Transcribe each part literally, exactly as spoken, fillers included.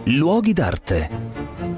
Luoghi d'arte.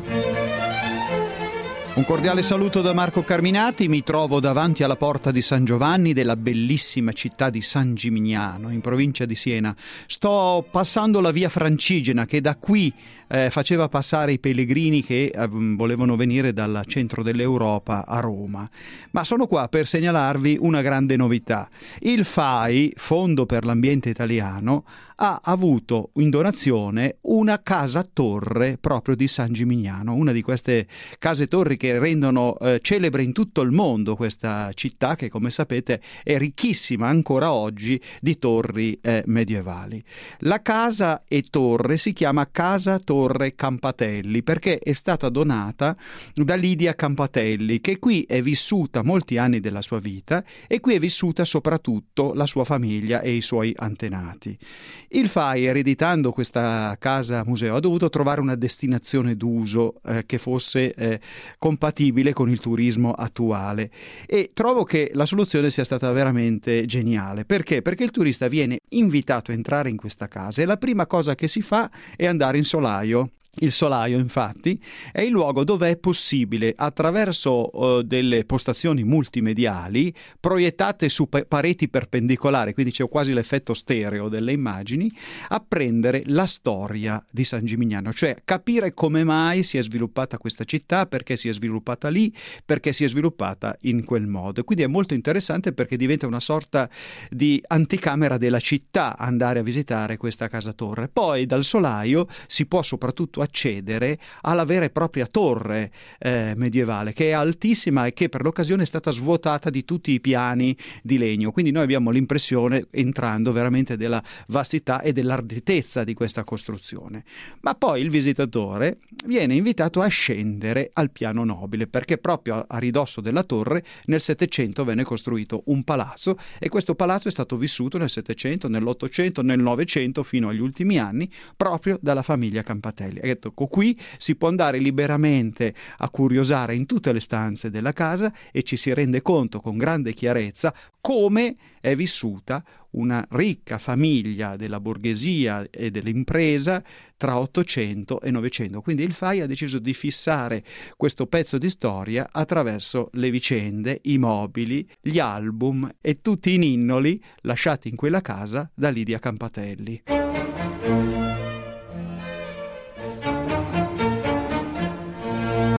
Un cordiale saluto da Marco Carminati, mi trovo davanti alla porta di San Giovanni della bellissima città di San Gimignano, in provincia di Siena. Sto passando la via Francigena che da qui eh, faceva passare i pellegrini che eh, volevano venire dal centro dell'Europa a Roma. Ma sono qua per segnalarvi una grande novità. Il F A I, Fondo per l'Ambiente Italiano, ha avuto in donazione una casa torre proprio di San Gimignano, una di queste case torri che rendono eh, celebre in tutto il mondo questa città che, come sapete, è ricchissima ancora oggi di torri eh, medievali. La casa e torre si chiama Casa Torre Campatelli perché è stata donata da Lidia Campatelli, che qui è vissuta molti anni della sua vita e qui è vissuta soprattutto la sua famiglia e i suoi antenati. Il F A I, ereditando questa casa museo, ha dovuto trovare una destinazione d'uso eh, che fosse eh, compatibile con il turismo attuale e trovo che la soluzione sia stata veramente geniale. Perché? Perché il turista viene invitato a entrare in questa casa e la prima cosa che si fa è andare in solaio. Il solaio, infatti, è il luogo dove è possibile, attraverso uh, delle postazioni multimediali proiettate su pa- pareti perpendicolari, quindi c'è quasi l'effetto stereo delle immagini, apprendere la storia di San Gimignano, cioè capire come mai si è sviluppata questa città, perché si è sviluppata lì, perché si è sviluppata in quel modo. Quindi è molto interessante perché diventa una sorta di anticamera della città andare a visitare questa casa torre. Poi dal solaio si può soprattutto accedere alla vera e propria torre eh, medievale, che è altissima e che per l'occasione è stata svuotata di tutti i piani di legno, quindi noi abbiamo l'impressione, entrando, veramente della vastità e dell'arditezza di questa costruzione. Ma poi il visitatore viene invitato a scendere al piano nobile, perché proprio a ridosso della torre nel Settecento venne costruito un palazzo e questo palazzo è stato vissuto nel Settecento, nell'Ottocento, nel Novecento fino agli ultimi anni proprio dalla famiglia Campatelli. Ecco, qui si può andare liberamente a curiosare in tutte le stanze della casa e ci si rende conto con grande chiarezza come è vissuta una ricca famiglia della borghesia e dell'impresa tra Ottocento e Novecento. Quindi il F A I ha deciso di fissare questo pezzo di storia attraverso le vicende, i mobili, gli album e tutti i ninnoli lasciati in quella casa da Lidia Campatelli.